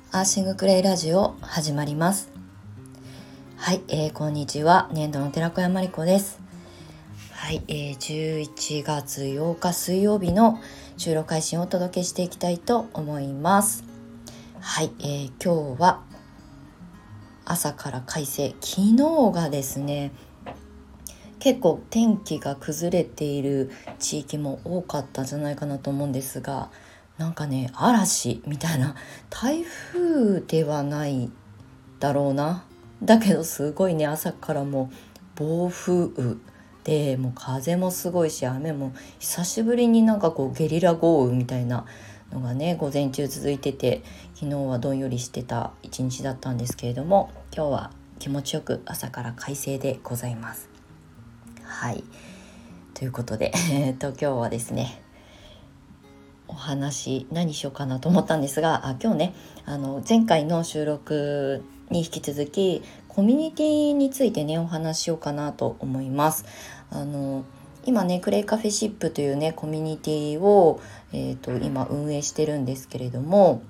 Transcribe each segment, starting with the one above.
アーシングクレイラジオ始まります。はい、こんにちは。年度の寺子屋まりこです。はい、11月8日水曜日の収録配信をお届けしていきたいと思います。はい、今日は朝から快晴。昨日がですね、結構天気が崩れている地域も多かったんじゃないかなと思うんですが、なんかね、嵐みたいな、台風ではないだろうな、だけどすごいね、朝からも暴風雨で、もう風もすごいし、雨も久しぶりになんかこうゲリラ豪雨みたいなのがね、午前中続いてて、昨日はどんよりしてた一日だったんですけれども、今日は気持ちよく朝から快晴でございます。はい、ということで今日はですね、お話何しようかなと思ったんですが、今日ね、前回の収録に引き続きコミュニティについてね、お話ししようかなと思います。今ね、クレイカフェシップというねコミュニティを、今運営してるんですけれども、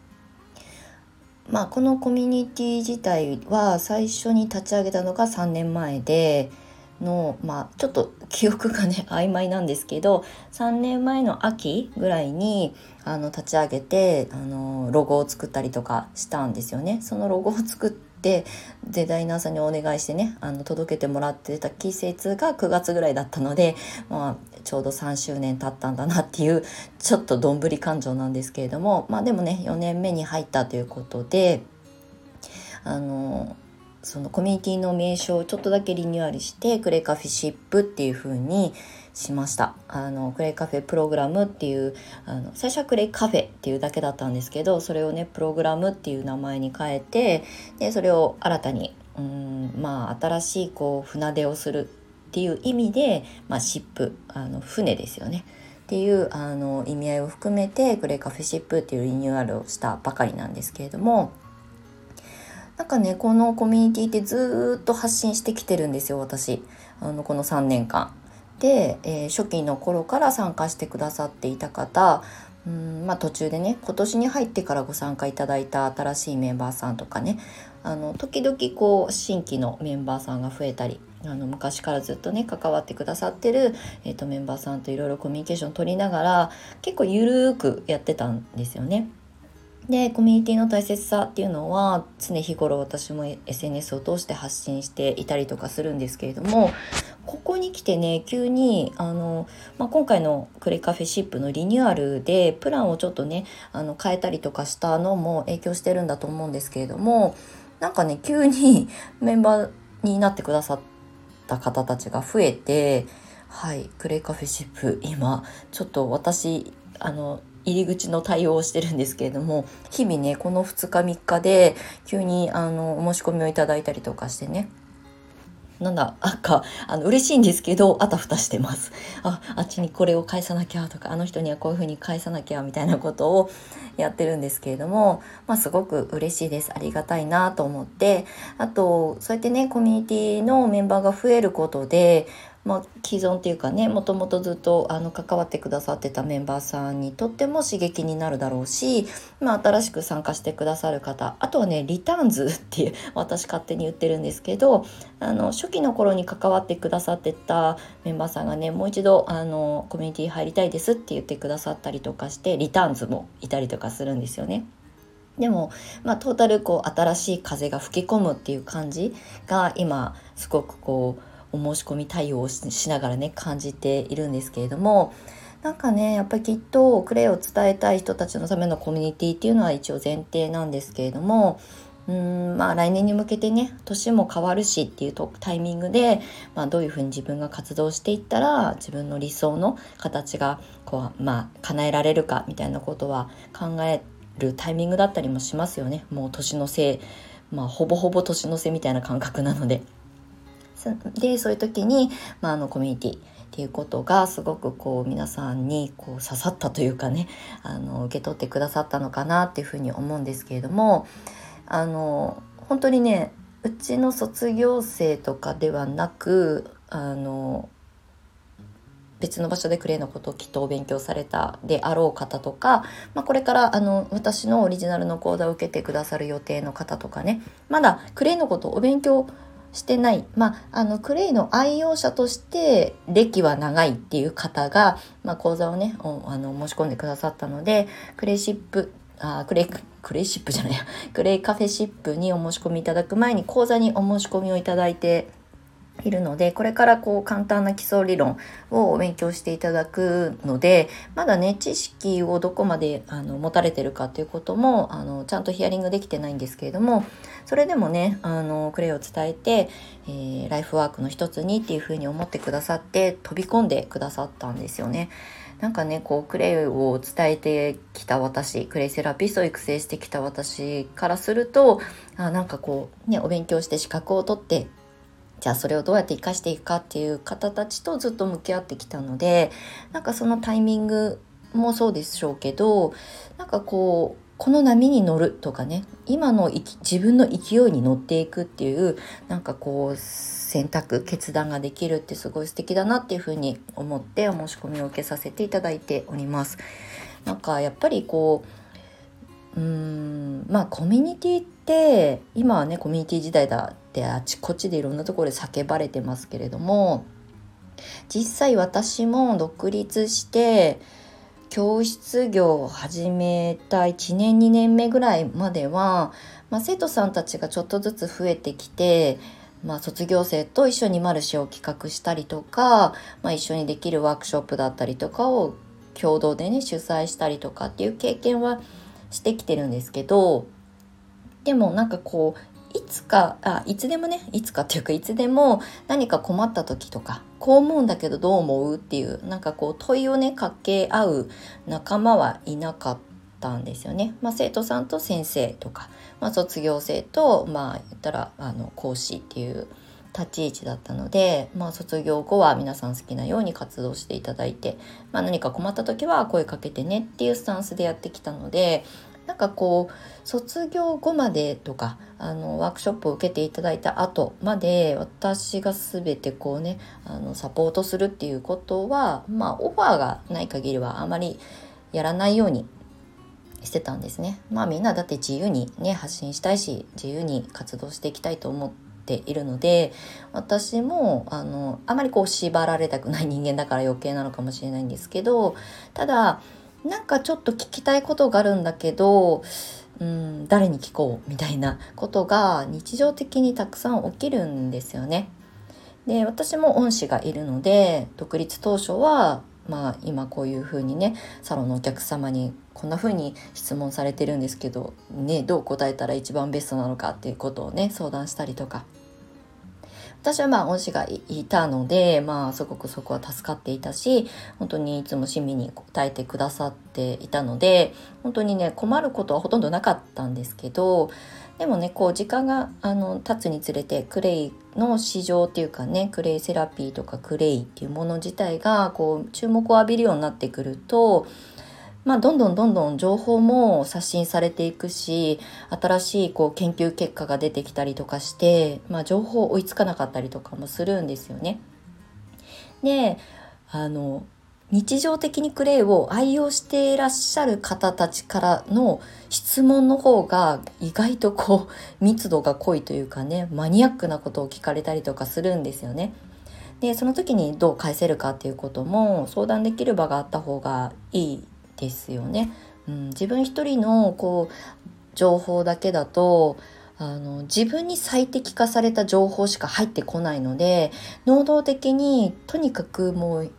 このコミュニティ自体は最初に立ち上げたのが3年前での、ちょっと記憶がね曖昧なんですけど、3年前の秋ぐらいに立ち上げてロゴを作ったりとかしたんですよね。そのロゴを作ってデザイナーさんにお願いしてね、届けてもらってた季節が9月ぐらいだったので、ちょうど3周年経ったんだなっていう、ちょっとどんぶり感情なんですけれども、でもね4年目に入ったということで、そのコミュニティの名称をちょっとだけリニューアルしてクレイカフェシップっていう風にしました。クレイカフェプログラムっていう、最初はクレイカフェっていうだけだったんですけど、それをねプログラムっていう名前に変えて、でそれを新たに新しい船出をするっていう意味で、シップ、船ですよねっていう意味合いを含めてクレイカフェシップっていうリニューアルをしたばかりなんですけれども、なんかね、このコミュニティってずっと発信してきてるんですよ、私。この3年間で、初期の頃から参加してくださっていた方、途中でね、今年に入ってからご参加いただいた新しいメンバーさんとかね、時々新規のメンバーさんが増えたり、昔からずっとね関わってくださってる、メンバーさんといろいろコミュニケーション取りながら、結構ゆるーくやってたんですよね。でコミュニティの大切さっていうのは常日頃私も SNS を通して発信していたりとかするんですけれども、ここに来てね急に今回のクレイカフェシップのリニューアルでプランをちょっとね変えたりとかしたのも影響してるんだと思うんですけれども、なんかね急にメンバーになってくださった方たちが増えて、はい、クレイカフェシップ今ちょっと私入り口の対応をしてるんですけれども、日々ねこの2日3日で急にお申し込みをいただいたりとかしてね、嬉しいんですけどあたふたしてます。あっちにこれを返さなきゃとか、あの人にはこういうふうに返さなきゃみたいなことをやってるんですけれども、すごく嬉しいです。ありがたいなと思って、あとそうやってねコミュニティのメンバーが増えることで、既存っていうかね、もともとずっと関わってくださってたメンバーさんにとっても刺激になるだろうし、新しく参加してくださる方、あとはねリターンズっていう私勝手に言ってるんですけど、初期の頃に関わってくださってたメンバーさんがね、もう一度コミュニティ入りたいですって言ってくださったりとかして、リターンズもいたりとかするんですよね。でも、トータル新しい風が吹き込むっていう感じが今すごくお申し込み対応をしながらね感じているんですけれども、なんかねやっぱりきっとクレイを伝えたい人たちのためのコミュニティっていうのは一応前提なんですけれども、来年に向けてね年も変わるしっていうタイミングで、どういうふうに自分が活動していったら自分の理想の形が叶えられるかみたいなことは考えるタイミングだったりもしますよね。もう年のせい、ほぼほぼ年の瀬みたいな感覚なので。でそういう時に、コミュニティっていうことがすごく皆さんに刺さったというかね、受け取ってくださったのかなっていうふうに思うんですけれども、本当にねうちの卒業生とかではなく、 別の場所でクレイのことをきっとお勉強されたであろう方とか、これから私のオリジナルの講座を受けてくださる予定の方とかね、まだクレイのことをお勉強してない、クレイの愛用者として歴は長いっていう方が、講座をね申し込んでくださったので、クレイシップクレイシップじゃないやクレイカフェシップにお申し込みいただく前に講座にお申し込みをいただいているので、これから簡単な基礎理論をお勉強していただくので、まだね知識をどこまで持たれてるかということもちゃんとヒアリングできてないんですけれども、それでもねクレイを伝えて、ライフワークの一つにっていうふうに思ってくださって飛び込んでくださったんですよね。なんかねクレイを伝えてきた私、クレイセラピストを育成してきた私からすると、お勉強して資格を取って、じゃあそれをどうやって活かしていくかっていう方たちとずっと向き合ってきたので、そのタイミングもそうでしょうけど、この波に乗るとかね、今の自分の勢いに乗っていくっていう選択決断ができるってすごい素敵だなっていうふうに思ってお申し込みを受けさせていただいております。やっぱりコミュニティって今はねコミュニティ時代だってあちこちでいろんなところで叫ばれてますけれども、実際私も独立して教室業を始めた1年2年目ぐらいまでは、生徒さんたちがちょっとずつ増えてきて、卒業生と一緒にマルシェを企画したりとか、一緒にできるワークショップだったりとかを共同でね主催したりとかっていう経験はしてきてるんですけど、でもいつでもね、いつかっていうかいつでも何か困った時とか、こう思うんだけどどう思うっていう問いをねかけ合う仲間はいなかったんですよね。生徒さんと先生とか、卒業生と言ったら講師っていう立ち位置だったので、卒業後は皆さん好きなように活動していただいて、何か困った時は声かけてねっていうスタンスでやってきたので、卒業後までとかワークショップを受けていただいた後まで私が全てサポートするっていうことは、オファーがない限りはあまりやらないようにしてたんですね。みんなだって自由にね発信したいし、自由に活動していきたいと思っているので、私もあまり縛られたくない人間だから余計なのかもしれないんですけど、ただちょっと聞きたいことがあるんだけど、誰に聞こうみたいなことが日常的にたくさん起きるんですよね。で、私も恩師がいるので、独立当初は今こういう風にねサロンのお客様にこんな風に質問されてるんですけどね、どう答えたら一番ベストなのかっていうことをね相談したりとか、私は恩師がいたのですごくそこは助かっていたし、本当にいつも親身に答えてくださっていたので、本当にね困ることはほとんどなかったんですけど、でもね時間が経つにつれてクレイの市場っていうかね、クレイセラピーとかクレイっていうもの自体が注目を浴びるようになってくると、どんどん情報も刷新されていくし、新しい研究結果が出てきたりとかして、情報追いつかなかったりとかもするんですよね。で、日常的にクレイを愛用していらっしゃる方たちからの質問の方が意外と密度が濃いというかね、マニアックなことを聞かれたりとかするんですよね。で、その時にどう返せるかっていうことも相談できる場があった方がいいですよね。自分一人の情報だけだと自分に最適化された情報しか入ってこないので、能動的にとにかくもう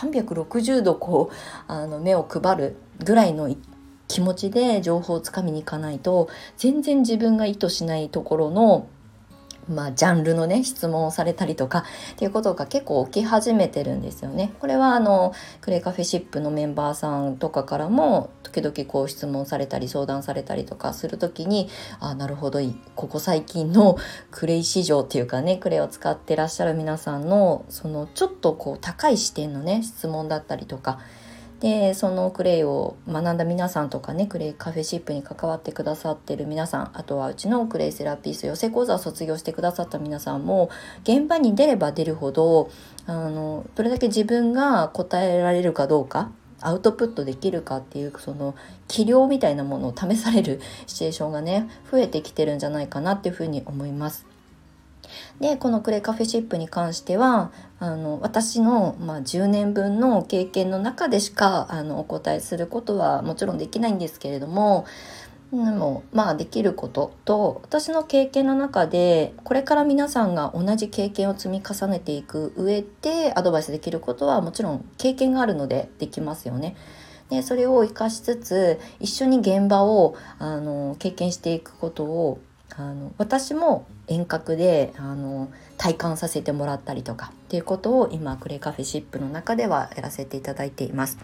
360度目を配るぐらいの気持ちで情報をつかみに行かないと、全然自分が意図しないところのジャンルのね質問をされたりとかっていうことが結構起き始めてるんですよね。これはクレイカフェシップのメンバーさんとかからも時々質問されたり相談されたりとかするときに、なるほど、ここ最近のクレイ市場っていうかね、クレイを使ってらっしゃる皆さんのそのちょっと高い視点のね質問だったりとかでそのクレイを学んだ皆さんとかね、クレイカフェシップに関わってくださってる皆さん、あとはうちのクレイセラピス養成講座を卒業してくださった皆さんも、現場に出れば出るほどどれだけ自分が答えられるかどうか、アウトプットできるかっていう、その器量みたいなものを試されるシチュエーションがね増えてきてるんじゃないかなっていうふうに思います。でこのクレイカフェシップに関しては私の、10年分の経験の中でしかお答えすることはもちろんできないんですけれども、でもできることと、私の経験の中でこれから皆さんが同じ経験を積み重ねていく上でアドバイスできることはもちろん経験があるのでできますよね。でそれを生かしつつ一緒に現場を経験していくことを私も遠隔で体感させてもらったりとかっていうことを今クレイカフェシップの中ではやらせていただいています。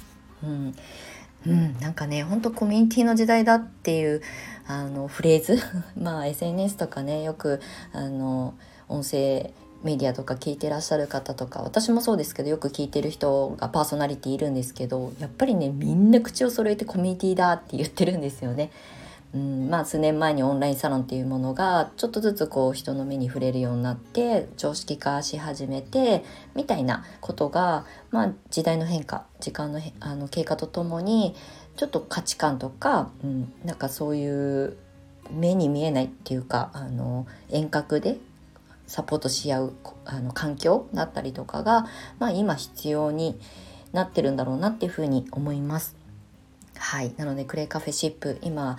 なんかね、本当コミュニティの時代だっていうフレーズSNS とかね、よく音声メディアとか聞いてらっしゃる方とか、私もそうですけどよく聞いてる人がパーソナリティいるんですけど、やっぱりねみんな口を揃えてコミュニティだって言ってるんですよね。数年前にオンラインサロンっていうものがちょっとずつ人の目に触れるようになって常識化し始めてみたいなことが、時代の変化、時間の経過とともにちょっと価値観とか、なんかそういう目に見えないっていうか遠隔でサポートし合う環境だったりとかが、今必要になってるんだろうなっていうふうに思います。はい、なのでクレイカフェシップ今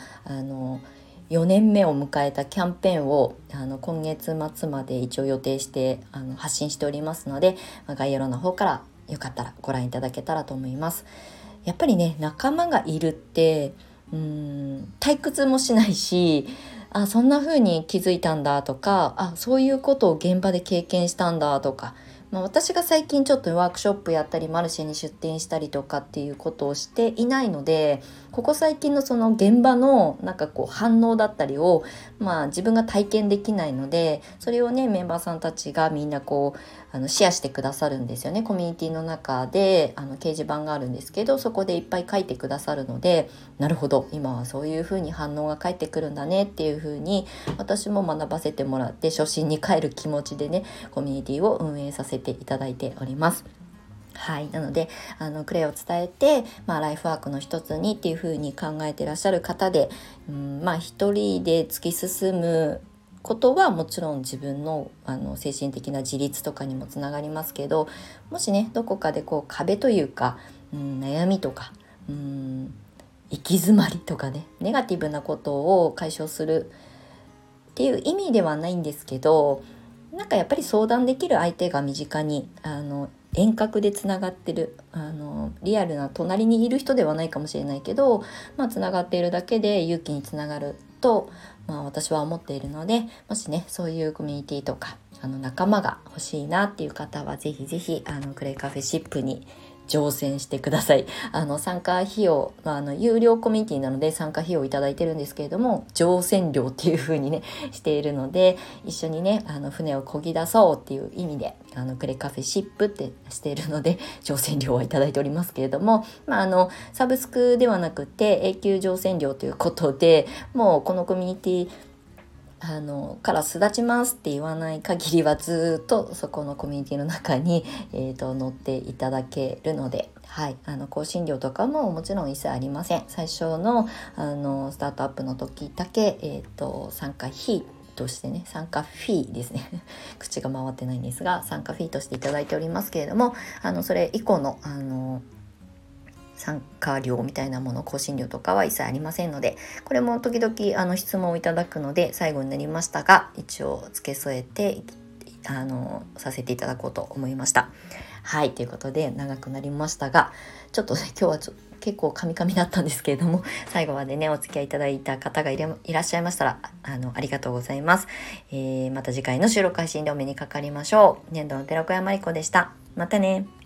4年目を迎えたキャンペーンを今月末まで一応予定して発信しておりますので、概要欄の方からよかったらご覧いただけたらと思います。やっぱりね、仲間がいるって退屈もしないし、そんな風に気づいたんだとか、そういうことを現場で経験したんだとか、私が最近ちょっとワークショップやったりマルシェに出店したりとかっていうことをしていないので、ここ最近のその現場の反応だったりを、自分が体験できないので、それをねメンバーさんたちがみんなシェアしてくださるんですよね。コミュニティの中で掲示板があるんですけど、そこでいっぱい書いてくださるので、なるほど今はそういうふうに反応が返ってくるんだねっていうふうに私も学ばせてもらって、初心に帰る気持ちでねコミュニティを運営させていただいております。はい、なのでクレイを伝えて、ライフワークの一つにっていう風に考えていらっしゃる方で、一人で突き進むことはもちろん自分の精神的な自立とかにもつながりますけど、もしねどこかで壁というか、悩みとか行き詰まりとかね、ネガティブなことを解消するっていう意味ではないんですけど、やっぱり相談できる相手が身近に遠隔でつながってるリアルな隣にいる人ではないかもしれないけど、つながっているだけで勇気につながると、私は思っているので、もしねそういうコミュニティとか仲間が欲しいなっていう方はぜひぜひクレイカフェシップに乗船してください。参加費用、有料コミュニティなので参加費用をいただいてるんですけれども、乗船料っていう風にねしているので、一緒にね船を漕ぎ出そうっていう意味でクレイカフェシップってしているので乗船料はいただいておりますけれども、サブスクではなくて永久乗船料ということで、もうこのコミュニティから巣立ちますって言わない限りはずっとそこのコミュニティの中に、乗っていただけるので、はい、更新料とかももちろん一切ありません。最初の、スタートアップの時だけ、参加費としてね、参加フィーですね口が回ってないんですが、参加フィーとしていただいておりますけれども、それ以降の参加料みたいなもの、更新料とかは一切ありませんので、これも時々質問をいただくので最後になりましたが一応付け添えてさせていただこうと思いました。はい、ということで長くなりましたが、ちょっとね今日は結構カミカミだったんですけれども、最後までねお付き合いいただいた方がいらっしゃいましたらありがとうございます。また次回の収録配信でお目にかかりましょう。年度の寺子屋まりこでした。またね。